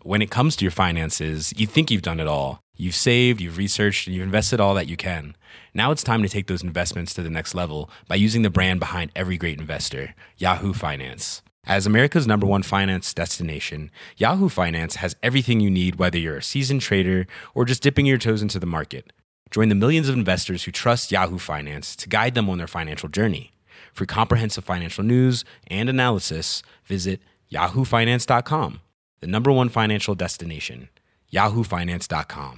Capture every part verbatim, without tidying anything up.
when it comes to your finances, you think you've done it all. You've saved, you've researched, and you've invested all that you can. Now it's time to take those investments to the next level by using the brand behind every great investor, Yahoo Finance. As America's number one finance destination, Yahoo Finance has everything you need, whether you're a seasoned trader or just dipping your toes into the market. Join the millions of investors who trust Yahoo Finance to guide them on their financial journey. For comprehensive financial news and analysis, visit yahoo finance dot com, the number one financial destination, yahoo finance dot com.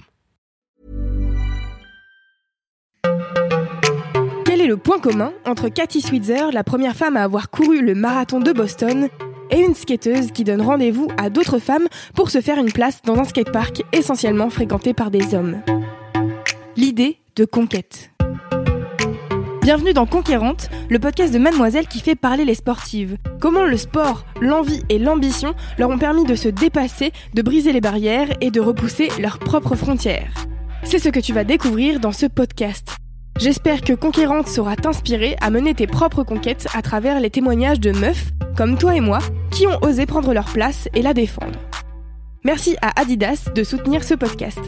Quel est le point commun entre Cathy Switzer, la première femme à avoir couru le marathon de Boston, et une skateuse qui donne rendez-vous à d'autres femmes pour se faire une place dans un skatepark essentiellement fréquenté par des hommes? L'idée de conquête. Bienvenue dans Conquérante, le podcast de Mademoiselle qui fait parler les sportives. Comment le sport, l'envie et l'ambition leur ont permis de se dépasser, de briser les barrières et de repousser leurs propres frontières. C'est ce que tu vas découvrir dans ce podcast. J'espère que Conquérante saura t'inspirer à mener tes propres conquêtes à travers les témoignages de meufs, comme toi et moi, qui ont osé prendre leur place et la défendre. Merci à Adidas de soutenir ce podcast.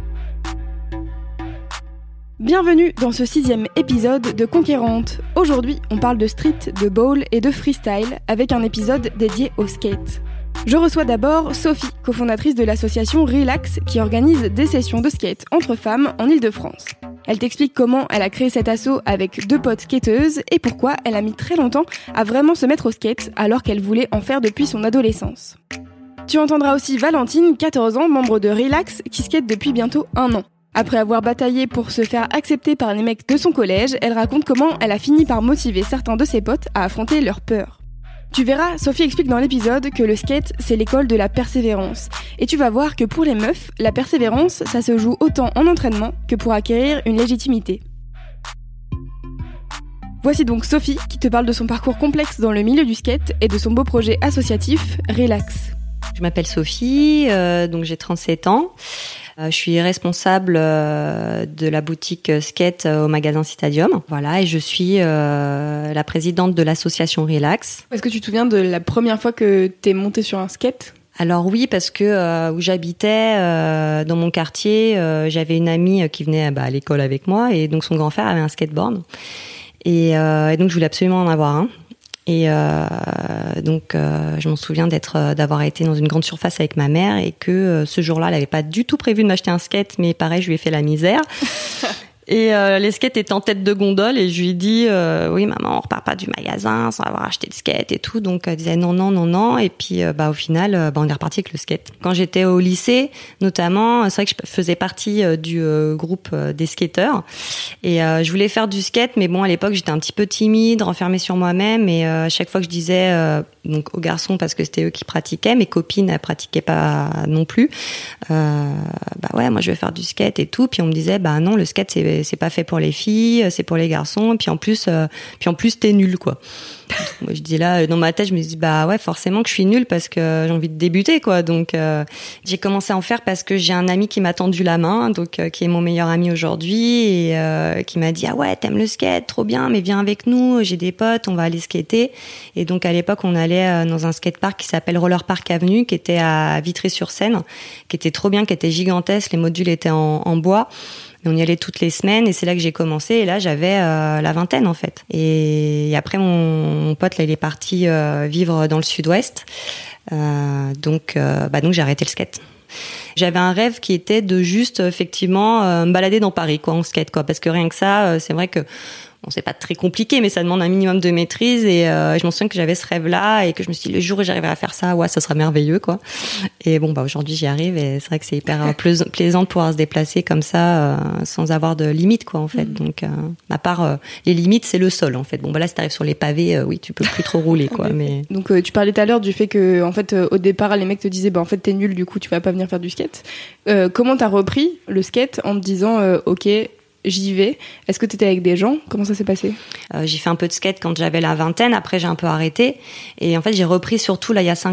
Bienvenue dans ce sixième épisode de Conquérante. Aujourd'hui, on parle de street, de bowl et de freestyle avec un épisode dédié au skate. Je reçois d'abord Sophie, cofondatrice de l'association Relax qui organise des sessions de skate entre femmes en Île-de-France. Elle t'explique comment elle a créé cet asso avec deux potes skateuses et pourquoi elle a mis très longtemps à vraiment se mettre au skate alors qu'elle voulait en faire depuis son adolescence. Tu entendras aussi Valentine, quatorze ans, membre de Relax, qui skate depuis bientôt un an. Après avoir bataillé pour se faire accepter par les mecs de son collège, elle raconte comment elle a fini par motiver certains de ses potes à affronter leur peur. Tu verras, Sophie explique dans l'épisode que le skate, c'est l'école de la persévérance. Et tu vas voir que pour les meufs, la persévérance, ça se joue autant en entraînement que pour acquérir une légitimité. Voici donc Sophie qui te parle de son parcours complexe dans le milieu du skate et de son beau projet associatif Relax. Je m'appelle Sophie, euh, donc j'ai trente-sept ans. Euh, je suis responsable euh, de la boutique skate au magasin Citadium. Voilà, et je suis euh, la présidente de l'association Relax. Est-ce que tu te souviens de la première fois que t'es montée sur un skate ? Alors oui, parce que euh, où j'habitais, euh, dans mon quartier, euh, j'avais une amie qui venait bah, à l'école avec moi, et donc son grand frère avait un skateboard. Et, euh, et donc je voulais absolument en avoir un. Et euh, donc, euh, je m'en souviens d'être, d'avoir été dans une grande surface avec ma mère et que euh, ce jour-là, elle n'avait pas du tout prévu de m'acheter un skate, mais pareil, je lui ai fait la misère. Et euh, les skates étaient en tête de gondole et je lui ai dit euh, oui maman, on repart pas du magasin sans avoir acheté le skate et tout. Donc elle disait non non non non et puis euh, bah au final euh, bah on est reparti avec le skate. Quand j'étais au lycée notamment, c'est vrai que je faisais partie euh, du euh, groupe euh, des skateurs et euh, je voulais faire du skate, mais bon à l'époque j'étais un petit peu timide, renfermée sur moi-même et euh, à chaque fois que je disais euh, donc aux garçons parce que c'était eux qui pratiquaient, mes copines elles pratiquaient pas non plus. Euh, bah ouais moi je vais faire du skate et tout, puis on me disait bah non le skate c'est c'est pas fait pour les filles, c'est pour les garçons, et puis en plus euh, puis en plus t'es nul quoi. Donc, moi je dis là dans ma tête je me dis bah ouais forcément que je suis nulle parce que j'ai envie de débuter quoi. Donc euh, j'ai commencé à en faire parce que j'ai un ami qui m'a tendu la main, donc euh, qui est mon meilleur ami aujourd'hui et euh, qui m'a dit ah ouais t'aimes le skate, trop bien, mais viens avec nous, j'ai des potes, on va aller skater. Et donc à l'époque on allait euh, dans un skatepark qui s'appelle Roller Park Avenue, qui était à Vitry-sur-Seine, qui était trop bien, qui était gigantesque, les modules étaient en, en bois. Et on y allait toutes les semaines et c'est là que j'ai commencé et là j'avais euh, la vingtaine en fait. Et, et après mon, mon pote là il est parti euh, vivre dans le sud-ouest, euh, donc euh, bah donc j'ai arrêté le skate. J'avais un rêve qui était de juste effectivement euh, me balader dans Paris quoi en skate quoi, parce que rien que ça euh, c'est vrai que bon, c'est pas très compliqué, mais ça demande un minimum de maîtrise. Et euh, je m'en souviens que j'avais ce rêve-là et que je me suis dit, le jour où j'arriverai à faire ça, ouais, ça sera merveilleux, quoi. Et bon, bah aujourd'hui, j'y arrive et c'est vrai que c'est hyper plaisant de pouvoir se déplacer comme ça, euh, sans avoir de limites, quoi, en fait. Mmh. Donc, euh, à part euh, les limites, c'est le sol, en fait. Bon, bah là, si t'arrives sur les pavés, euh, oui, tu peux plus trop rouler, quoi. Mais donc, euh, tu parlais tout à l'heure du fait que, en fait, euh, au départ, les mecs te disaient, bah en fait, t'es nul, du coup, tu vas pas venir faire du skate. Euh, comment t'as repris le skate en te disant, euh, ok, j'y vais. Est-ce que t'étais avec des gens ? Comment ça s'est passé ? euh, J'ai fait un peu de skate quand j'avais la vingtaine. Après, j'ai un peu arrêté. Et en fait, j'ai repris surtout là il y a cinq ans.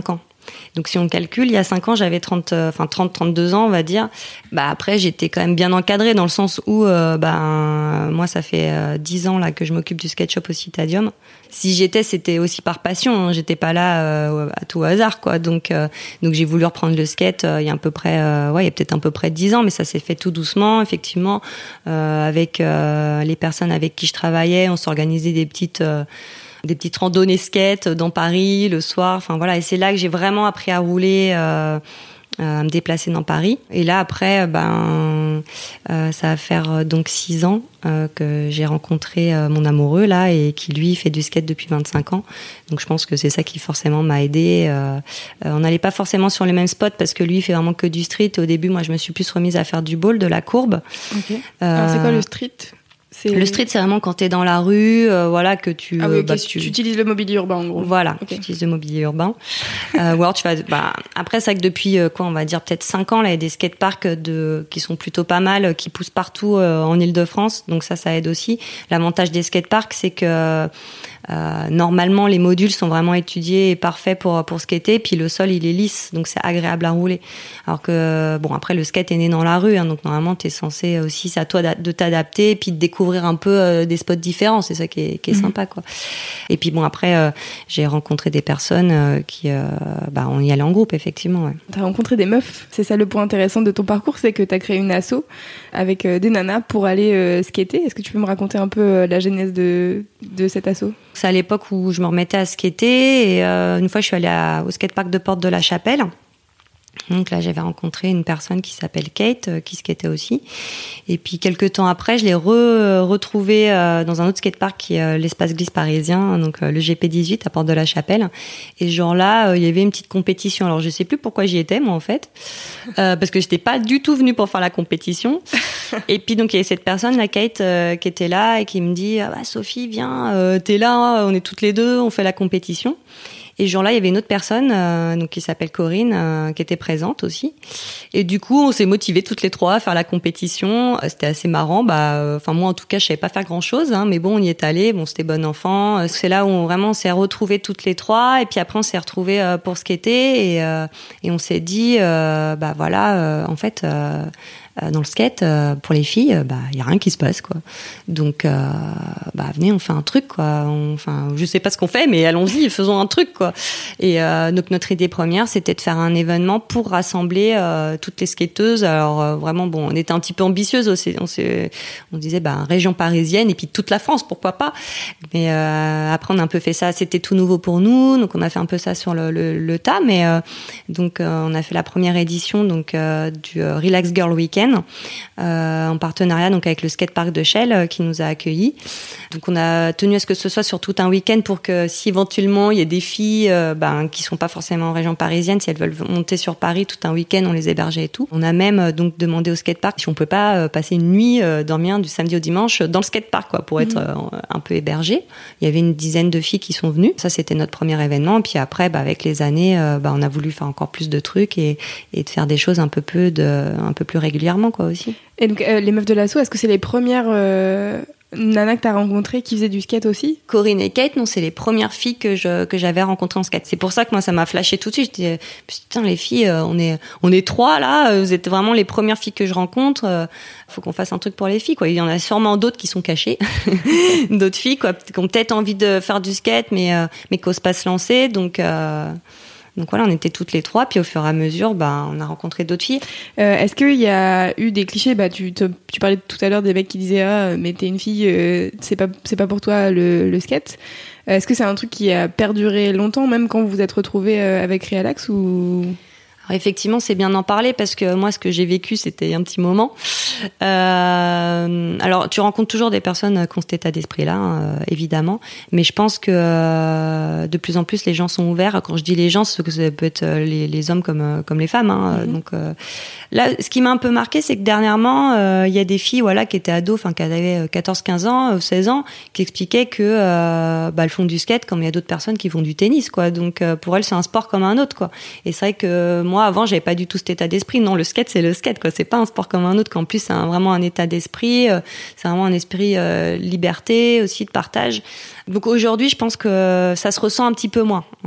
Donc si on calcule, il y a cinq ans, j'avais trente, enfin trente, trente-deux ans, on va dire. Bah après, j'étais quand même bien encadrée dans le sens où, euh, ben moi, ça fait euh, dix ans là que je m'occupe du skate shop au Citadium. Si j'étais, c'était aussi par passion. Hein. J'étais pas là euh, à tout hasard, quoi. Donc, euh, donc j'ai voulu reprendre le skate euh, il y a à peu près, euh, ouais, il y a peut-être un peu près dix ans, mais ça s'est fait tout doucement, effectivement, euh, avec euh, les personnes avec qui je travaillais. On s'organisait des petites, euh, des petites randonnées skate dans Paris le soir. Enfin voilà, et c'est là que j'ai vraiment appris à rouler. Euh, à me déplacer dans Paris. Et là, après, ben, euh, ça va faire donc six ans euh, que j'ai rencontré euh, mon amoureux, là, et qui, lui, fait du skate depuis vingt-cinq ans. Donc, je pense que c'est ça qui, forcément, m'a aidée. Euh, euh, on n'allait pas forcément sur les mêmes spots parce que lui, il fait vraiment que du street. Au début, moi, je me suis plus remise à faire du ball, de la courbe. Ok. Euh, Alors, c'est quoi le street ? C'est... Le street, c'est vraiment quand t'es dans la rue, euh, voilà, que tu... Ah oui, okay, bah, tu... tu utilises le mobilier urbain, en gros. Voilà, okay. tu utilises le mobilier urbain. euh, ou alors tu vas... Bah, après, c'est vrai que depuis, euh, quoi, on va dire peut-être cinq ans, là, il y a des skateparks de, qui sont plutôt pas mal, qui poussent partout euh, en Île-de-France. Donc ça, ça aide aussi. L'avantage des skateparks, c'est que... Euh, normalement, les modules sont vraiment étudiés et parfaits pour pour skater. Puis le sol, il est lisse, donc c'est agréable à rouler. Alors que bon, après le skate est né dans la rue, hein, donc normalement t'es censé aussi, c'est à toi de t'adapter, et puis de découvrir un peu euh, des spots différents. C'est ça qui est qui est mmh. sympa, quoi. Et puis bon, après euh, j'ai rencontré des personnes euh, qui, euh, bah, on y allait en groupe, effectivement. Ouais. T'as rencontré des meufs. C'est ça le point intéressant de ton parcours, c'est que t'as créé une asso avec euh, des nanas pour aller euh, skater. Est-ce que tu peux me raconter un peu euh, la genèse de de cette asso? C'est à l'époque où je me remettais à skater et euh, une fois je suis allée à, au skatepark de Porte de la Chapelle. Donc là, j'avais rencontré une personne qui s'appelle Kate, euh, qui skatait aussi. Et puis, quelques temps après, je l'ai re, retrouvée euh, dans un autre skatepark qui est euh, l'espace glisse parisien, donc euh, le G P dix-huit à Porte de la Chapelle. Et ce jour-là, euh, il y avait une petite compétition. Alors, je sais plus pourquoi j'y étais, moi, en fait, euh, parce que j'étais pas du tout venue pour faire la compétition. Et puis, donc, il y avait cette personne, la Kate, euh, qui était là et qui me dit ah, bah, Sophie, viens, euh, t'es là, on est toutes les deux, on fait la compétition. Et ce jour-là, il y avait une autre personne euh, donc qui s'appelle Corinne, euh, qui était présente aussi. Et du coup, on s'est motivés toutes les trois à faire la compétition. C'était assez marrant. Bah, enfin moi, en tout cas, je savais pas faire grand-chose, hein, mais bon, on y est allé. Bon, c'était bon enfant. C'est là où on vraiment on s'est retrouvés toutes les trois. Et puis après, on s'est retrouvés euh, pour skater et euh, et on s'est dit, euh, bah voilà, euh, en fait. Euh, dans le skate, euh, pour les filles, euh, bah il y a rien qui se passe, quoi. Donc euh, bah venez, on fait un truc, quoi. On, enfin, je sais pas ce qu'on fait, mais allons-y, faisons un truc, quoi. Et euh, donc notre idée première, c'était de faire un événement pour rassembler euh, toutes les skateuses. Alors euh, vraiment, bon, on était un petit peu ambitieuses aussi. On s'est, on disait, bah région parisienne et puis toute la France, pourquoi pas. Mais euh, après, on a un peu fait ça. C'était tout nouveau pour nous, donc on a fait un peu ça sur le, le, le tas. Mais euh, donc euh, on a fait la première édition donc euh, du euh, Relax Girl Weekend. Euh, en partenariat donc avec le skatepark de Chelles euh, qui nous a accueillis. Donc on a tenu à ce que ce soit sur tout un week-end pour que si éventuellement il y a des filles euh, ben, qui sont pas forcément en région parisienne, si elles veulent monter sur Paris tout un week-end, on les hébergeait et tout. On a même euh, donc demandé au skatepark si on peut pas euh, passer une nuit, euh, dormir du samedi au dimanche dans le skatepark, quoi, pour être euh, un peu hébergé. Il y avait une dizaine de filles qui sont venues. Ça c'était notre premier événement. Et puis après, bah, avec les années, euh, bah, on a voulu faire encore plus de trucs et, et de faire des choses un peu peu de, un peu plus régulièrement, quoi, aussi. Et donc euh, les meufs de l'asso, est-ce que c'est les premières euh, nanas que t'as rencontrées qui faisaient du skate aussi? Corinne et Kate, non, c'est les premières filles que je que j'avais rencontrées en skate. C'est pour ça que moi ça m'a flashé tout de suite. Je disais putain les filles, euh, on est on est trois là, vous êtes vraiment les premières filles que je rencontre. Euh, faut qu'on fasse un truc pour les filles, quoi. Il y en a sûrement d'autres qui sont cachées, d'autres filles quoi, qui ont peut-être envie de faire du skate, mais euh, mais qui osent pas se lancer. Donc euh, Donc voilà, on était toutes les trois, puis au fur et à mesure, bah, on a rencontré d'autres filles. Euh, est-ce qu'il y a eu des clichés? Bah, tu, te, tu parlais tout à l'heure des mecs qui disaient ah, mais t'es une fille, euh, c'est pas, c'est pas pour toi le, le skate. Euh, est-ce que c'est un truc qui a perduré longtemps, même quand vous vous êtes retrouvés euh, avec Relax ou... Alors effectivement, c'est bien d'en parler parce que moi, ce que j'ai vécu, c'était un petit moment. Euh, alors, tu rencontres toujours des personnes qui ont cet état d'esprit-là, hein, évidemment. Mais je pense que euh, de plus en plus, les gens sont ouverts. Quand je dis les gens, c'est que ça peut être les, les hommes comme comme les femmes. Hein. Mm-hmm. Donc euh, là, ce qui m'a un peu marqué, c'est que dernièrement, il euh, y a des filles, voilà, qui étaient ados, enfin, qui avaient quatorze, quinze ans, seize ans, qui expliquaient que euh, bah, elles font du skate comme il y a d'autres personnes qui font du tennis, quoi. Donc euh, pour elles, c'est un sport comme un autre, quoi. Et c'est vrai que moi, Moi, avant, j'avais pas du tout cet état d'esprit. Non, le skate, c'est le skate, quoi. C'est pas un sport comme un autre. Qu'en plus, c'est un, vraiment un état d'esprit. Euh, c'est vraiment un esprit euh, liberté aussi, de partage. Donc aujourd'hui, je pense que ça se ressent un petit peu moins, en fait.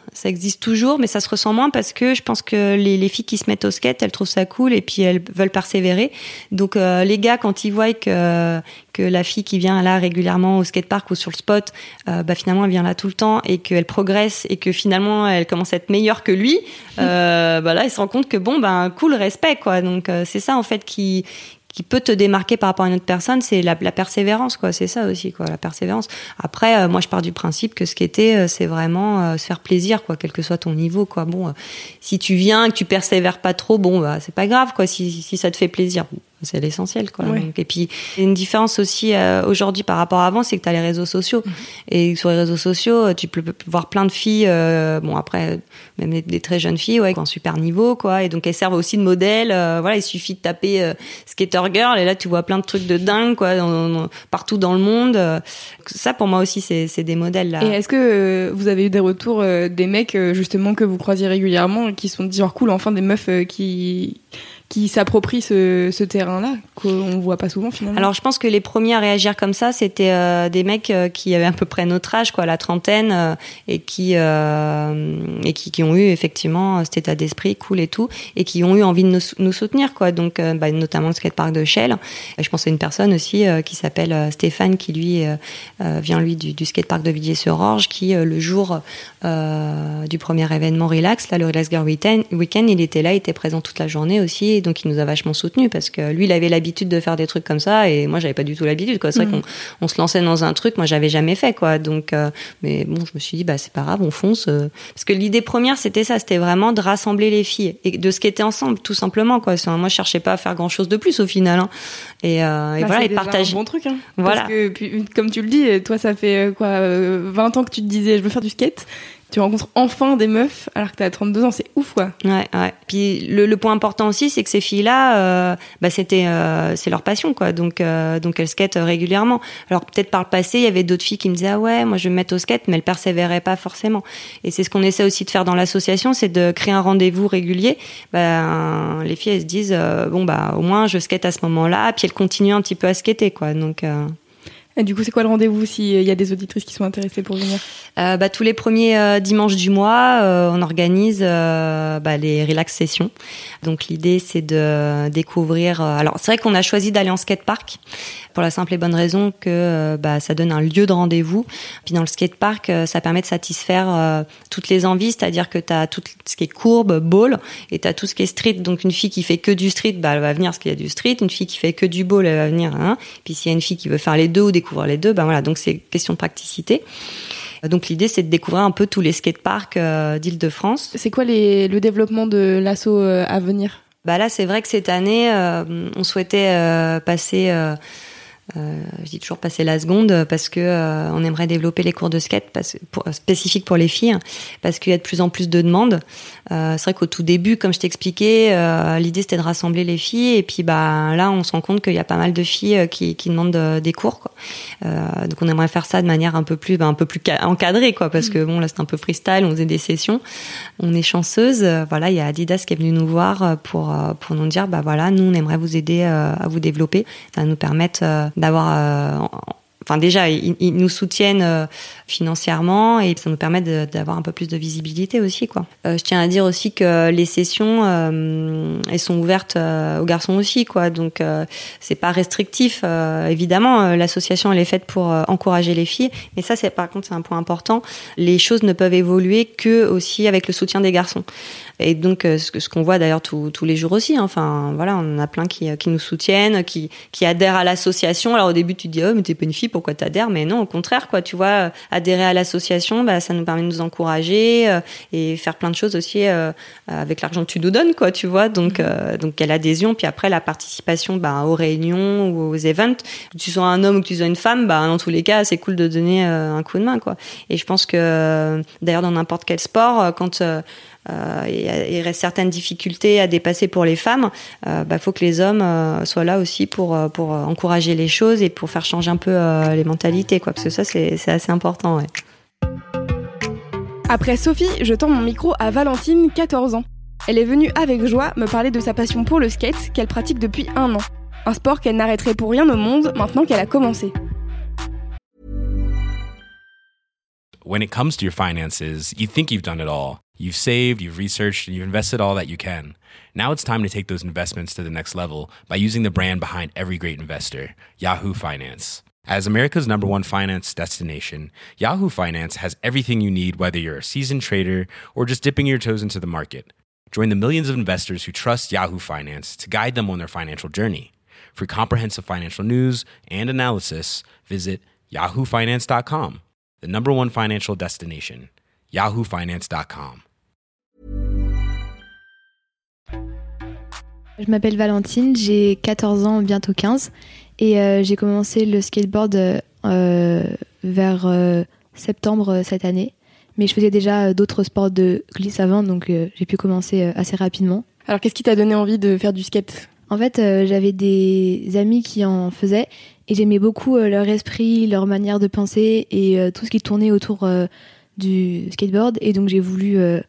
Ça existe toujours, mais ça se ressent moins parce que je pense que les, les filles qui se mettent au skate, elles trouvent ça cool et puis elles veulent persévérer. Donc euh, les gars, quand ils voient que que la fille qui vient là régulièrement au skatepark ou sur le spot, euh, bah finalement elle vient là tout le temps et qu'elle progresse et que finalement elle commence à être meilleure que lui, euh, bah là ils se rendent compte que bon ben cool, respect quoi. Donc euh, c'est ça en fait qui qui peut te démarquer par rapport à une autre personne, c'est la, la persévérance, quoi. C'est ça aussi, quoi, la persévérance. Après, euh, moi, je pars du principe que skater, euh, c'est vraiment euh, se faire plaisir, quoi, quel que soit ton niveau, quoi. Bon, euh, si tu viens, que tu persévères pas trop, bon, bah, c'est pas grave, quoi. Si, si ça te fait plaisir, c'est l'essentiel, quoi. Ouais. Donc, et puis, une différence aussi euh, aujourd'hui par rapport à avant, c'est que t'as les réseaux sociaux. Mmh. Et sur les réseaux sociaux, tu peux voir plein de filles, euh, bon, après, même des, des très jeunes filles, ouais, qui ont un super niveau, quoi. Et donc, elles servent aussi de modèle. Euh, voilà, il suffit de taper euh, skater girl et là, tu vois plein de trucs de dingue, quoi, dans, dans, partout dans le monde. Euh, ça, pour moi aussi, c'est, c'est des modèles, là. Et est-ce que euh, vous avez eu des retours euh, des mecs, euh, justement, que vous croisiez régulièrement, qui sont dit, genre, cool, enfin, des meufs euh, qui... qui s'approprient ce, ce terrain-là, qu'on voit pas souvent finalement? Alors je pense que les premiers à réagir comme ça, c'était euh, des mecs euh, qui avaient à peu près notre âge, quoi, la trentaine, euh, et qui euh, et qui, qui ont eu effectivement cet état d'esprit cool et tout, et qui ont eu envie de nous, nous soutenir, quoi. Donc euh, bah, notamment le skatepark de Chelles. Et je pense à une personne aussi euh, qui s'appelle euh, Stéphane, qui lui euh, euh, vient lui du, du skatepark de Villiers-sur-Orge, qui euh, le jour euh, du premier événement Relax, là le Relax Girl Weekend, weekend, il était là, il était présent toute la journée aussi. Et donc il nous a vachement soutenus parce que lui il avait l'habitude de faire des trucs comme ça et moi j'avais pas du tout l'habitude, quoi. C'est mmh. vrai qu'on on se lançait dans un truc, moi j'avais jamais fait, quoi. Donc euh, mais bon, je me suis dit bah c'est pas grave, on fonce, euh, parce que l'idée première c'était ça, c'était vraiment de rassembler les filles et de skater ensemble, tout simplement, quoi. Moi je cherchais pas à faire grand chose de plus au final, hein. Et, euh, et bah, voilà, c'est et partager un bon truc, hein. Voilà. Parce que puis, comme tu le dis, toi ça fait quoi vingt ans que tu te disais je veux faire du skate. Tu rencontres enfin des meufs alors que t'as trente-deux ans, c'est ouf, quoi. Ouais, ouais. Puis le, le point important aussi, c'est que ces filles-là, euh, bah c'était, euh, c'est leur passion, quoi. Donc, euh, donc elles skatent régulièrement. Alors peut-être par le passé, il y avait d'autres filles qui me disaient ah ouais, moi je vais me mettre au skate, mais elles persévéraient pas forcément. Et c'est ce qu'on essaie aussi de faire dans l'association, c'est de créer un rendez-vous régulier. Ben les filles elles se disent euh, bon bah au moins je skate à ce moment-là, puis elles continuent un petit peu à skater, quoi. Donc euh... Et du coup, c'est quoi le rendez-vous s'il y a des auditrices qui sont intéressées pour venir? euh, bah, Tous les premiers euh, dimanches du mois, euh, on organise euh, bah, les relax sessions. Donc l'idée, c'est de découvrir... Euh, alors, c'est vrai qu'on a choisi d'aller en skatepark pour la simple et bonne raison que euh, bah, ça donne un lieu de rendez-vous. Puis dans le skatepark, euh, ça permet de satisfaire euh, toutes les envies, c'est-à-dire que tu as tout ce qui est courbe, ball, et tu as tout ce qui est street. Donc une fille qui fait que du street, bah, elle va venir parce qu'il y a du street. Une fille qui fait que du ball, elle va venir. Hein. Puis s'il y a une fille qui veut faire les deux ou découvrir les deux, ben voilà, donc c'est question de praticité. Donc l'idée, c'est de découvrir un peu tous les skateparks euh, d'Île-de-France. C'est quoi les, le développement de l'asso euh, à venir? Bah là, c'est vrai que cette année, euh, on souhaitait euh, passer... Euh, Euh, je dis toujours passer la seconde parce que euh, on aimerait développer les cours de skate parce, pour, spécifiques pour les filles parce qu'il y a de plus en plus de demandes. Euh, c'est vrai qu'au tout début, comme je t'expliquais, euh, l'idée c'était de rassembler les filles et puis bah là on se rend compte qu'il y a pas mal de filles qui, qui demandent de, des cours, quoi. Euh, donc on aimerait faire ça de manière un peu plus bah, un peu plus encadrée, quoi, parce que bon là c'est un peu freestyle, on faisait des sessions. On est chanceuse, voilà, il y a Adidas qui est venu nous voir pour pour nous dire bah voilà, nous on aimerait vous aider à vous développer, ça va nous permettre d'avoir euh, enfin déjà ils, ils nous soutiennent euh, financièrement et ça nous permet de, d'avoir un peu plus de visibilité aussi, quoi. Euh, je tiens à dire aussi que les sessions euh, elles sont ouvertes euh, aux garçons aussi, quoi, donc euh, c'est pas restrictif, euh, évidemment euh, l'association elle est faite pour euh, encourager les filles, mais ça c'est par contre c'est un point important, les choses ne peuvent évoluer que aussi avec le soutien des garçons. Et donc euh, ce, ce qu'on voit d'ailleurs tous tous les jours aussi, hein. Enfin voilà, on en a plein qui qui nous soutiennent, qui qui adhèrent à l'association. Alors au début tu te dis oh mais t'es pas une fille, pourquoi t'adhères? Mais non, au contraire, quoi, tu vois, adhérer à l'association, bah ça nous permet de nous encourager euh, et faire plein de choses aussi euh, avec l'argent que tu nous donnes, quoi, tu vois. Donc euh, donc il y a l'adhésion, puis après la participation bah aux réunions ou aux events, que tu sois un homme ou que tu sois une femme, bah dans tous les cas c'est cool de donner euh, un coup de main, quoi. Et je pense que d'ailleurs dans n'importe quel sport, quand euh, Euh, il reste certaines difficultés à dépasser pour les femmes, euh, bah, faut que les hommes euh, soient là aussi pour, pour encourager les choses et pour faire changer un peu euh, les mentalités, quoi, parce que ça c'est, c'est assez important, ouais. Après Sophie, je tends mon micro à Valentine, quatorze ans. Elle est venue avec joie me parler de sa passion pour le skate qu'elle pratique depuis un an. Un sport qu'elle n'arrêterait pour rien au monde maintenant qu'elle a commencé. when it comes to your finances, you think you've done it all. You've saved, you've researched, and you've invested all that you can. Now it's time to take those investments to the next level by using the brand behind every great investor, Yahoo Finance. As America's number one finance destination, Yahoo Finance has everything you need, whether you're a seasoned trader or just dipping your toes into the market. Join the millions of investors who trust Yahoo Finance to guide them on their financial journey. For comprehensive financial news and analysis, visit yahoo finance dot com, the number one financial destination, yahoo finance dot com. Je m'appelle Valentine, j'ai quatorze ans, bientôt quinze, et euh, j'ai commencé le skateboard euh, vers euh, septembre cette année. Mais je faisais déjà d'autres sports de glisse avant, donc euh, j'ai pu commencer euh, assez rapidement. Alors qu'est-ce qui t'a donné envie de faire du skate ? En fait, euh, j'avais des amis qui en faisaient, et j'aimais beaucoup euh, leur esprit, leur manière de penser, et euh, tout ce qui tournait autour euh, du skateboard. Et donc j'ai voulu... Euh,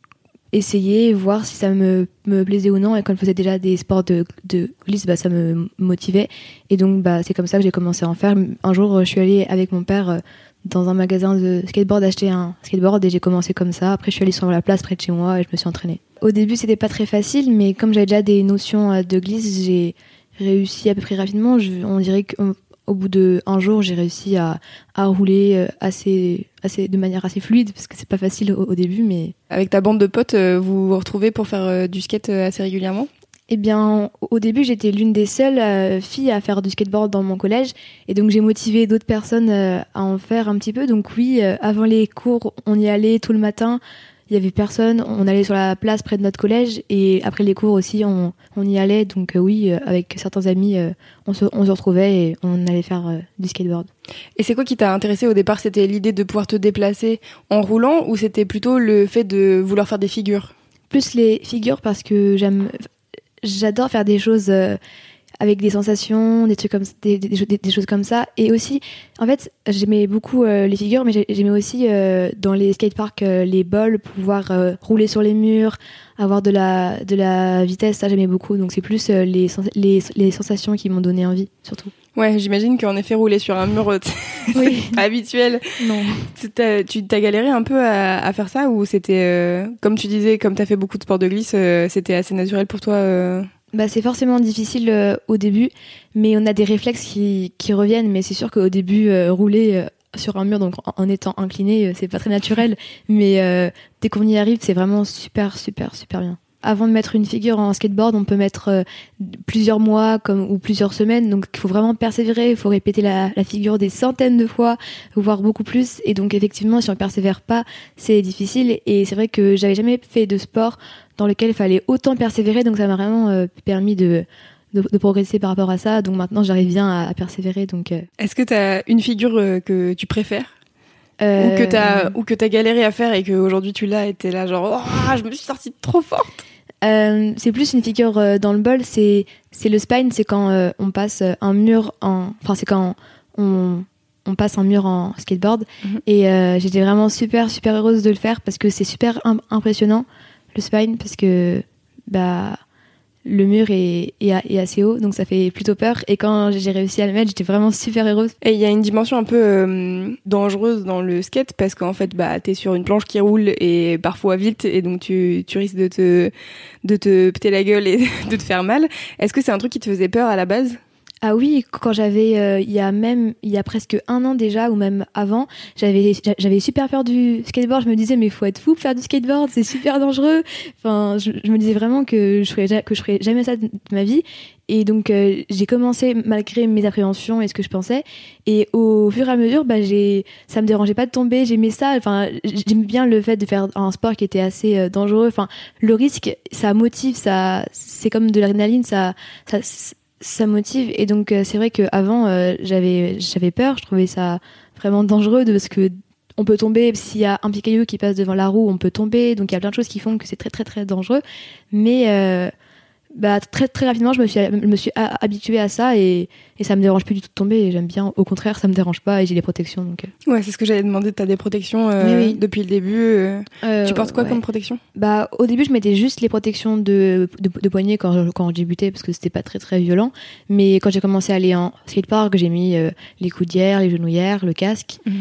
essayer, voir si ça me, me plaisait ou non. Et quand je faisais déjà des sports de, de glisse, bah, ça me motivait. Et donc, bah, c'est comme ça que j'ai commencé à en faire. Un jour, je suis allée avec mon père dans un magasin de skateboard acheter un skateboard et j'ai commencé comme ça. Après, je suis allée sur la place près de chez moi et je me suis entraînée. Au début, c'était pas très facile, mais comme j'avais déjà des notions de glisse, j'ai réussi à peu près rapidement. Je, on dirait que au bout d'un jour, j'ai réussi à, à rouler assez, assez, de manière assez fluide, parce que c'est pas facile au, au début. Mais... Avec ta bande de potes, vous vous retrouvez pour faire du skate assez régulièrement ? Eh bien, au début, j'étais l'une des seules euh, filles à faire du skateboard dans mon collège. Et donc, j'ai motivé d'autres personnes euh, à en faire un petit peu. Donc oui, euh, avant les cours, on y allait tout le matin. Il y avait personne, on allait sur la place près de notre collège et après les cours aussi on, on y allait, donc euh, oui euh, avec certains amis euh, on, se, on se retrouvait et on allait faire euh, du skateboard. Et c'est quoi qui t'a intéressé au départ ? C'était l'idée de pouvoir te déplacer en roulant ou c'était plutôt le fait de vouloir faire des figures ? Plus les figures parce que j'aime, j'adore faire des choses euh, avec des sensations, des trucs comme des, des, des, des choses comme ça. Et aussi, en fait, j'aimais beaucoup euh, les figures, mais j'aimais aussi euh, dans les skateparks euh, les bols, pouvoir euh, rouler sur les murs, avoir de la de la vitesse. Ça, j'aimais beaucoup. Donc c'est plus euh, les les les sensations qui m'ont donné envie, surtout. Ouais, j'imagine qu'en effet rouler sur un mur, oui. c'est pas habituel. Non. T'as, tu t'as galéré un peu à, à faire ça ou c'était euh, comme tu disais, comme t'as fait beaucoup de sports de glisse, euh, c'était assez naturel pour toi euh... Bah, c'est forcément difficile euh, au début, mais on a des réflexes qui, qui reviennent. Mais c'est sûr qu'au début, euh, rouler euh, sur un mur, donc en, en étant incliné, euh, c'est pas très naturel. Mais euh, dès qu'on y arrive, c'est vraiment super, super, super bien. Avant de mettre une figure en skateboard, on peut mettre euh, plusieurs mois comme, ou plusieurs semaines. Donc il faut vraiment persévérer, il faut répéter la, la figure des centaines de fois, voire beaucoup plus. Et donc effectivement, si on persévère pas, c'est difficile. Et c'est vrai que j'avais jamais fait de sport dans lequel il fallait autant persévérer, donc ça m'a vraiment euh, permis de, de, de progresser par rapport à ça. Donc maintenant, j'arrive bien à, à persévérer. Donc, euh... Est-ce que tu as une figure euh, que tu préfères euh... ou que tu as ou que tu as galéré à faire et qu'aujourd'hui tu l'as et t'es là genre oh, je me suis sortie trop forte? Euh, c'est plus une figure euh, dans le bol, c'est c'est le spine, c'est quand euh, on passe un mur en, enfin c'est quand on on passe un mur en skateboard. Mm-hmm. Et euh, j'étais vraiment super super heureuse de le faire parce que c'est super im- impressionnant le spine parce que bah le mur est, est, est assez haut, donc ça fait plutôt peur. Et quand j'ai réussi à le mettre, j'étais vraiment super heureuse. Et il y a une dimension un peu euh, dangereuse dans le skate parce qu'en fait, bah, t'es sur une planche qui roule et parfois vite, et donc tu, tu risques de te, de te péter la gueule et de te faire mal. Est-ce que c'est un truc qui te faisait peur à la base ? Ah oui, quand j'avais, euh, il y a même, il y a presque un an déjà, ou même avant, j'avais, j'avais super peur du skateboard. Je me disais, mais faut être fou pour faire du skateboard, c'est super dangereux. Enfin, je, je me disais vraiment que je ferais, que je ferais jamais ça de ma vie. Et donc, euh, j'ai commencé malgré mes appréhensions et ce que je pensais. Et au fur et à mesure, bah, j'ai, ça me dérangeait pas de tomber. J'aimais ça. Enfin, j'aimais bien le fait de faire un sport qui était assez euh, dangereux. Enfin, le risque, ça motive, ça, c'est comme de l'adrénaline, ça, ça, ça motive. Et donc euh, c'est vrai qu'avant euh, j'avais j'avais peur, je trouvais ça vraiment dangereux de, parce que on peut tomber, s'il y a un petit caillou qui passe devant la roue, on peut tomber, donc il y a plein de choses qui font que c'est très très très dangereux. Mais euh, bah très très rapidement je me suis je me suis habituée à ça et et ça me dérange plus du tout de tomber, et j'aime bien, au contraire ça me dérange pas et j'ai les protections, donc euh. Ouais, c'est ce que j'allais demander, t'as des protections euh, oui, oui. Depuis le début euh, euh, tu portes quoi ouais. comme protection? Bah au début je mettais juste les protections de de, de poignet quand je, quand je débutais parce que c'était pas très très violent, mais quand j'ai commencé à aller en skatepark j'ai mis euh, les coudières, les genouillères, le casque. Mm-hmm.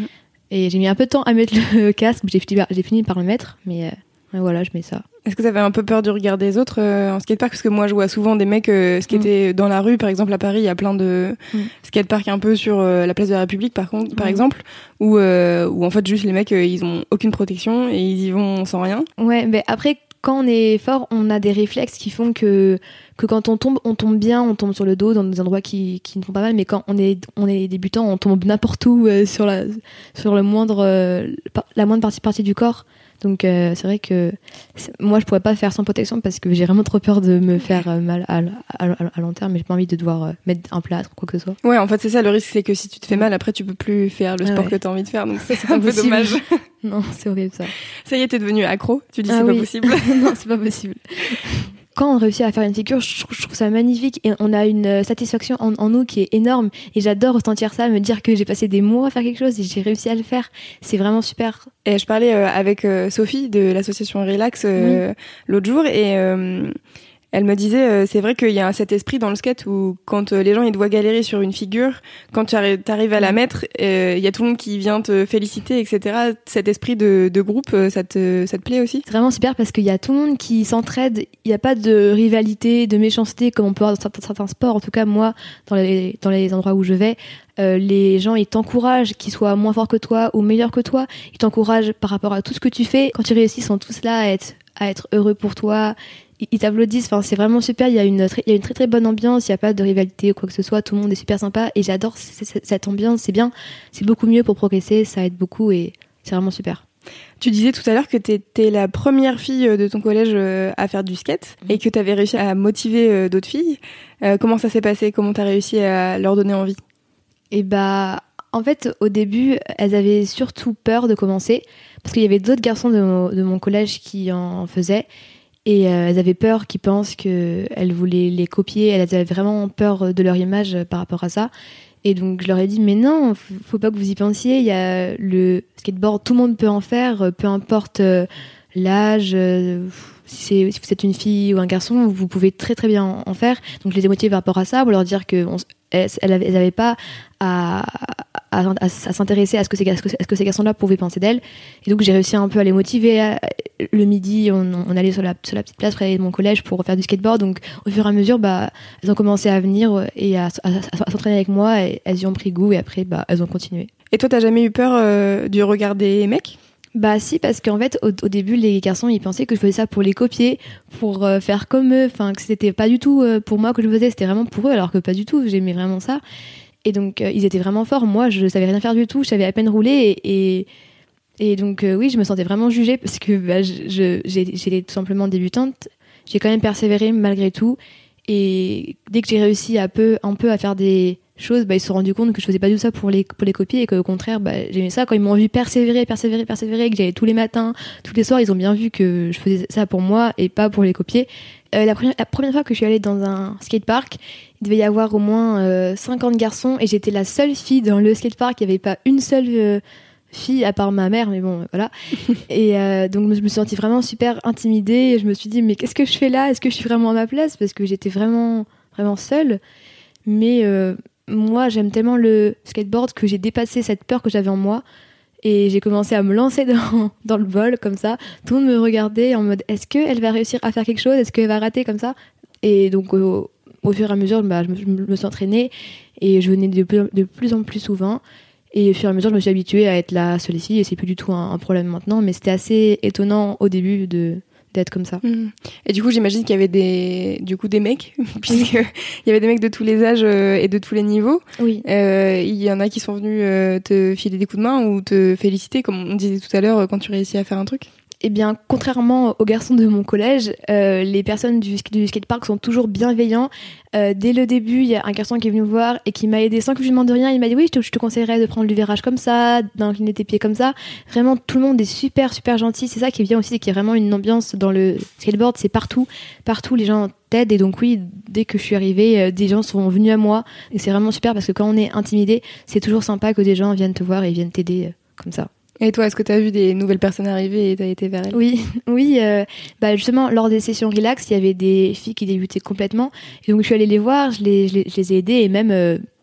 Et j'ai mis un peu de temps à mettre le casque, j'ai fini, j'ai fini par le mettre, mais euh, voilà, je mets ça. Est-ce que tu avais un peu peur du regard des autres euh, en skatepark? Parce que moi, je vois souvent des mecs euh, skater mmh. dans la rue. Par exemple, à Paris, il y a plein de mmh. skateparks un peu sur euh, la place de la République, par contre, mmh. par exemple, où, euh, où en fait, juste les mecs, euh, ils ont aucune protection et ils y vont sans rien. Ouais, mais après, quand on est fort, on a des réflexes qui font que, que quand on tombe, on tombe bien, on tombe sur le dos dans des endroits qui, qui nous font pas mal, mais quand on est, on est débutant, on tombe n'importe où euh, sur, la, sur le moindre, euh, la moindre partie, partie du corps. Donc euh, c'est vrai que c'est, moi je pourrais pas faire sans protection parce que j'ai vraiment trop peur de me faire mal à, à, à long terme, mais j'ai pas envie de devoir euh, mettre un plâtre ou quoi que ce soit. Ouais, en fait c'est ça le risque, c'est que si tu te fais mal après tu peux plus faire le sport ah ouais. que t'as envie de faire, donc ça c'est un peu dommage. Non, c'est horrible ça. Ça y est, t'es devenu accro, tu dis ah c'est oui. pas possible. Non, c'est pas possible. Quand on réussit à faire une figure, je trouve, je trouve ça magnifique et on a une satisfaction en, en nous qui est énorme et j'adore ressentir ça, me dire que j'ai passé des mois à faire quelque chose et j'ai réussi à le faire. C'est vraiment super. Et je parlais euh, avec euh, Sophie de l'association Relax euh, oui. l'autre jour et euh, elle me disait euh, c'est vrai qu'il y a cet esprit dans le skate où quand euh, les gens ils te voient galérer sur une figure, quand tu arrives, t'arrives à la mettre, il euh, y a tout le monde qui vient te féliciter, et cetera. Cet esprit de, de groupe, euh, ça te ça te plaît aussi? C'est vraiment super parce qu'il y a tout le monde qui s'entraide. Il n'y a pas de rivalité, de méchanceté comme on peut avoir dans certains, certains sports. En tout cas moi, dans les dans les endroits où je vais, euh, les gens ils t'encouragent, qu'ils soient moins forts que toi ou meilleurs que toi. Ils t'encouragent par rapport à tout ce que tu fais. Quand tu réussis, ils sont tous là à être à être heureux pour toi. Ils t'applaudissent, enfin, c'est vraiment super, il y a une très, il y a une très très bonne ambiance, il n'y a pas de rivalité ou quoi que ce soit, tout le monde est super sympa et j'adore c- c- cette ambiance, c'est bien, c'est beaucoup mieux pour progresser, ça aide beaucoup et c'est vraiment super. Tu disais tout à l'heure que tu étais la première fille de ton collège à faire du skate mmh. et que tu avais réussi à motiver d'autres filles. Euh, comment ça s'est passé? Comment tu as réussi à leur donner envie? Et bah, en fait, au début, elles avaient surtout peur de commencer parce qu'il y avait d'autres garçons de mon, de mon collège qui en faisaient. Et euh, elles avaient peur qu'ils pensent qu'elles voulaient les copier. Elles avaient vraiment peur de leur image par rapport à ça. Et donc, je leur ai dit, mais non, faut pas que vous y pensiez. Il y a le skateboard, tout le monde peut en faire, peu importe euh, l'âge. Euh, si, c'est, si vous êtes une fille ou un garçon, vous pouvez très très bien en, en faire. Donc, je les ai motivées par rapport à ça pour leur dire qu'elles n'avaient pas à... À, à, à s'intéresser à ce que ces, à ce que, à ce que ces garçons-là pouvaient penser d'elles. Et donc, j'ai réussi un peu à les motiver. À, le midi, on, on allait sur la, sur la petite place près de mon collège pour faire du skateboard. Donc, au fur et à mesure, bah, elles ont commencé à venir et à, à, à s'entraîner avec moi. Et elles y ont pris goût et après, bah, elles ont continué. Et toi, t'as jamais eu peur euh, du regard des mecs ? Bah si, parce qu'en fait, au, au début, les garçons, ils pensaient que je faisais ça pour les copier, pour euh, faire comme eux. Enfin, que c'était pas du tout euh, pour moi que je faisais, c'était vraiment pour eux, alors que pas du tout. J'aimais vraiment ça. Et donc, euh, ils étaient vraiment forts. Moi, je savais rien faire du tout. Je savais à peine rouler. Et, et, et donc, euh, oui, je me sentais vraiment jugée parce que bah, je, je, j'ai, j'étais tout simplement débutante. J'ai quand même persévéré malgré tout. Et dès que j'ai réussi à peu, un peu à faire des choses, bah, ils se sont rendus compte que je faisais pas du tout ça pour les, pour les copier et qu'au contraire, bah, j'aimais ça. Quand ils m'ont vu persévérer, persévérer, persévérer, que j'allais tous les matins, tous les soirs, ils ont bien vu que je faisais ça pour moi et pas pour les copier. Euh, la, première, la première fois que je suis allée dans un skatepark, il devait y avoir au moins euh, cinquante garçons et j'étais la seule fille dans le skatepark. Il n'y avait pas une seule euh, fille à part ma mère, mais bon, voilà. Et euh, donc je me suis sentie vraiment super intimidée et je me suis dit, mais qu'est-ce que je fais là ? Est-ce que je suis vraiment à ma place ? Parce que j'étais vraiment, vraiment seule. Mais euh, moi, j'aime tellement le skateboard que j'ai dépassé cette peur que j'avais en moi. Et j'ai commencé à me lancer dans, dans le vol, comme ça. Tout le monde me regardait en mode, est-ce qu'elle va réussir à faire quelque chose ? Est-ce qu'elle va rater comme ça ? Et donc, au, au fur et à mesure, bah, je, me, je me suis entraînée et je venais de plus, de plus en plus souvent. Et au fur et à mesure, je me suis habituée à être la seule ici et c'est plus du tout un, un problème maintenant. Mais c'était assez étonnant au début de... d'être comme ça. Mmh. Et du coup, j'imagine qu'il y avait des, du coup, des mecs, puisque il y avait des mecs de tous les âges euh, et de tous les niveaux. Oui. Euh, il y en a qui sont venus euh, te filer des coups de main ou te féliciter, comme on disait tout à l'heure, quand tu réussis à faire un truc. Eh bien, contrairement aux garçons de mon collège, euh, les personnes du, du skatepark sont toujours bienveillants. Euh, dès le début, il y a un garçon qui est venu me voir et qui m'a aidé sans que je lui demande rien. Il m'a dit oui, je te, je te conseillerais de prendre le virage comme ça, d'incliner tes pieds comme ça. Vraiment, tout le monde est super, super gentil. C'est ça qui est bien aussi, c'est qu'il y a vraiment une ambiance dans le skateboard. C'est partout, partout les gens t'aident. Et donc oui, dès que je suis arrivée, euh, des gens sont venus à moi. Et c'est vraiment super parce que quand on est intimidé, c'est toujours sympa que des gens viennent te voir et viennent t'aider euh, comme ça. Et toi, est-ce que tu as vu des nouvelles personnes arriver et tu as été vers elles ? Oui, oui. Euh, bah justement, lors des sessions relax, il y avait des filles qui débutaient complètement. Et donc, je suis allée les voir, je les, je les, je les ai aidées. Et même, euh,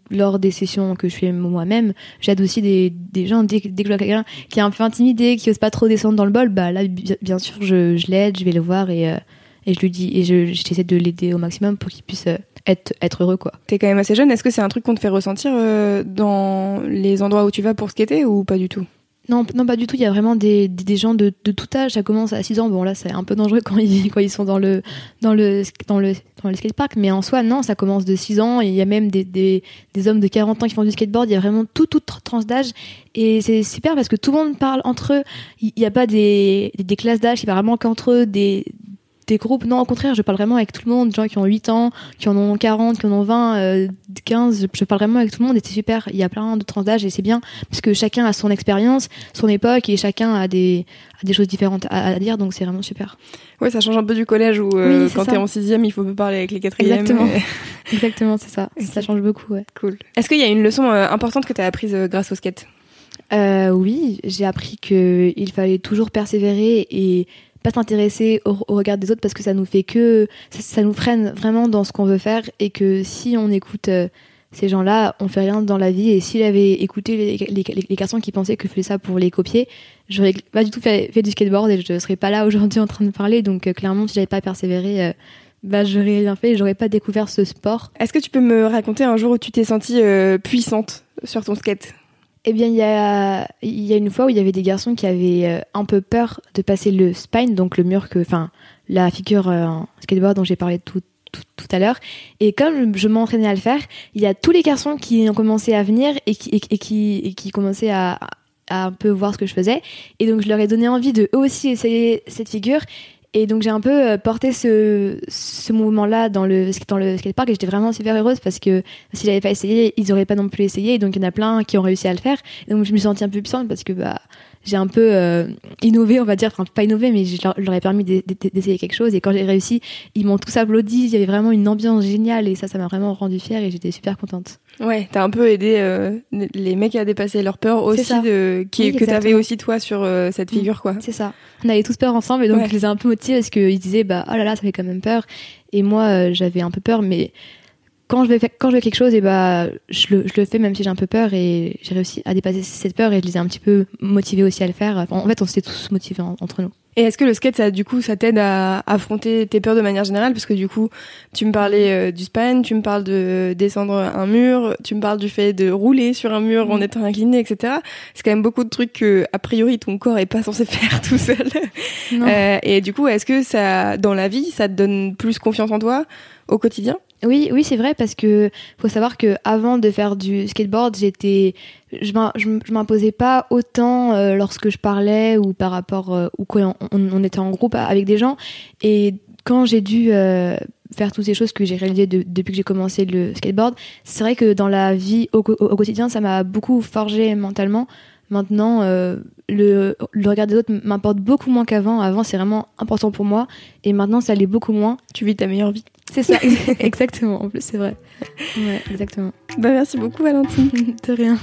lors des sessions que je fais moi-même, j'aide aussi des, des gens, dès, dès que je vois quelqu'un qui est un peu intimidé, qui ose pas trop descendre dans le bol, bah là, bien sûr, je, je l'aide, je vais le voir et, euh, et je lui dis, et je, j'essaie de l'aider au maximum pour qu'il puisse euh, être, être heureux, quoi. T'es quand même assez jeune, est-ce que c'est un truc qu'on te fait ressentir euh, dans les endroits où tu vas pour skater ou pas du tout ? Non, non, pas du tout. Il y a vraiment des, des, des gens de, de tout âge. Ça commence à six ans. Bon, là, c'est un peu dangereux quand ils, quand ils sont dans le, dans le, dans le, dans le skatepark. Mais en soi, non, ça commence de six ans. Et il y a même des, des, des hommes de quarante ans qui font du skateboard. Il y a vraiment tout, toute tranche d'âge. Et c'est super parce que tout le monde parle entre eux. Il n'y a pas des, des, des classes d'âge qui parlent vraiment qu'entre eux, des, des groupes. Non, au contraire, je parle vraiment avec tout le monde. Des gens qui ont huit ans, qui en ont quarante, qui en ont vingt, euh, quinze. Je, je parle vraiment avec tout le monde et c'est super. Il y a plein de tranches d'âge et c'est bien parce que chacun a son expérience, son époque et chacun a des, a des choses différentes à, à dire. Donc c'est vraiment super. Ouais, ça change un peu du collège où euh, oui, quand ça. t'es en sixième, il faut peu parler avec les quatrièmes. Exactement. Et... Exactement, c'est ça. Okay. Ça change beaucoup, ouais. Cool. Est-ce qu'il y a une leçon euh, importante que t'as apprise euh, grâce au skate ? euh, Oui, j'ai appris qu'il fallait toujours persévérer et pas s'intéresser au, au regard des autres parce que ça nous fait que ça, ça nous freine vraiment dans ce qu'on veut faire et que si on écoute euh, ces gens-là, on fait rien dans la vie. Et s'il avait écouté les, les, les garçons qui pensaient que je faisais ça pour les copier, j'aurais pas du tout fait, fait du skateboard et je serais pas là aujourd'hui en train de parler. Donc euh, clairement, si j'avais pas persévéré, euh, bah j'aurais rien fait et j'aurais pas découvert ce sport. Est-ce que tu peux me raconter un jour où tu t'es sentie euh, puissante sur ton skate ? Eh bien, il y a, il y a une fois où il y avait des garçons qui avaient euh, un peu peur de passer le spine, donc le mur que, enfin, la figure euh, en skateboard dont j'ai parlé tout, tout, tout à l'heure. Et comme je m'entraînais à le faire, il y a tous les garçons qui ont commencé à venir et qui, et, et qui, et qui commençaient à, à un peu voir ce que je faisais. Et donc, je leur ai donné envie de eux aussi essayer cette figure. Et donc j'ai un peu porté ce, ce mouvement-là dans le, dans le skatepark et j'étais vraiment super heureuse parce que si j'avais pas essayé, ils auraient pas non plus essayé. Et donc il y en a plein qui ont réussi à le faire. Et donc je me suis sentie un peu puissante parce que bah j'ai un peu euh, innové, on va dire, enfin pas innové, mais je leur, je leur ai permis d'essayer quelque chose. Et quand j'ai réussi, ils m'ont tous applaudi. Il y avait vraiment une ambiance géniale et ça, ça m'a vraiment rendue fière et j'étais super contente. Ouais, t'as un peu aidé euh, les mecs à dépasser leur peur aussi, de, qui, oui, que t'avais aussi toi sur euh, cette figure, quoi. C'est ça. On avait tous peur ensemble et donc ouais. je les ai un peu motivés parce qu'ils disaient bah oh là là ça fait quand même peur. Et moi euh, j'avais un peu peur, mais quand je vais quand je fais quelque chose et bah je le je le fais même si j'ai un peu peur et j'ai réussi à dépasser cette peur et je les ai un petit peu motivés aussi à le faire. Enfin, en fait on s'était tous motivés en, entre nous. Et est-ce que le skate, ça, du coup, ça t'aide à affronter tes peurs de manière générale ? Parce que du coup, tu me parlais euh, du span, tu me parles de descendre un mur, tu me parles du fait de rouler sur un mur mmh. en étant incliné, et cetera. C'est quand même beaucoup de trucs que, a priori, ton corps est pas censé faire tout seul. Non. Euh, et du coup, est-ce que ça, dans la vie, ça te donne plus confiance en toi au quotidien ? Oui, oui, c'est vrai parce que faut savoir que avant de faire du skateboard, j'étais, je, je m'imposais pas autant euh, lorsque je parlais ou par rapport euh, ou quand on, on, on était en groupe avec des gens. Et quand j'ai dû euh, faire toutes ces choses que j'ai réalisées de, depuis que j'ai commencé le skateboard, c'est vrai que dans la vie au, au, au quotidien, ça m'a beaucoup forgé mentalement. Maintenant, euh, le, le regard des autres m'importe beaucoup moins qu'avant. Avant, c'est vraiment important pour moi. Et maintenant, ça l'est beaucoup moins. Tu vis ta meilleure vie. C'est ça, exactement. En plus, c'est vrai. Ouais, exactement. Bah, merci beaucoup, Valentine. De rien.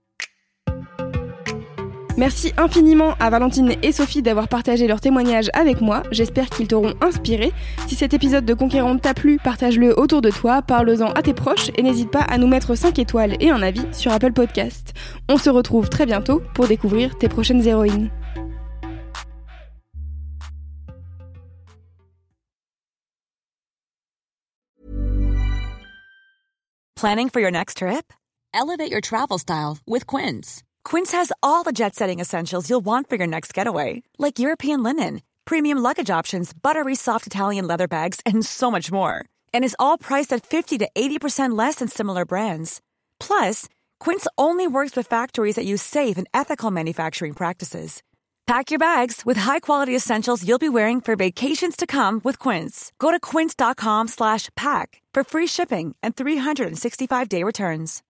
Merci infiniment à Valentine et Sophie d'avoir partagé leurs témoignages avec moi. J'espère qu'ils t'auront inspiré. Si cet épisode de Conquérante t'a plu, partage-le autour de toi, parle-en à tes proches et n'hésite pas à nous mettre cinq étoiles et un avis sur Apple Podcast. On se retrouve très bientôt pour découvrir tes prochaines héroïnes. Planning for your next trip? Elevate your travel style with Quince. Quince has all the jet-setting essentials you'll want for your next getaway, like European linen, premium luggage options, buttery soft Italian leather bags, and so much more. And is all priced at fifty to eighty percent less than similar brands. Plus, Quince only works with factories that use safe and ethical manufacturing practices. Pack your bags with high-quality essentials you'll be wearing for vacations to come with Quince. Go to quince.com slash pack for free shipping and three sixty-five day returns.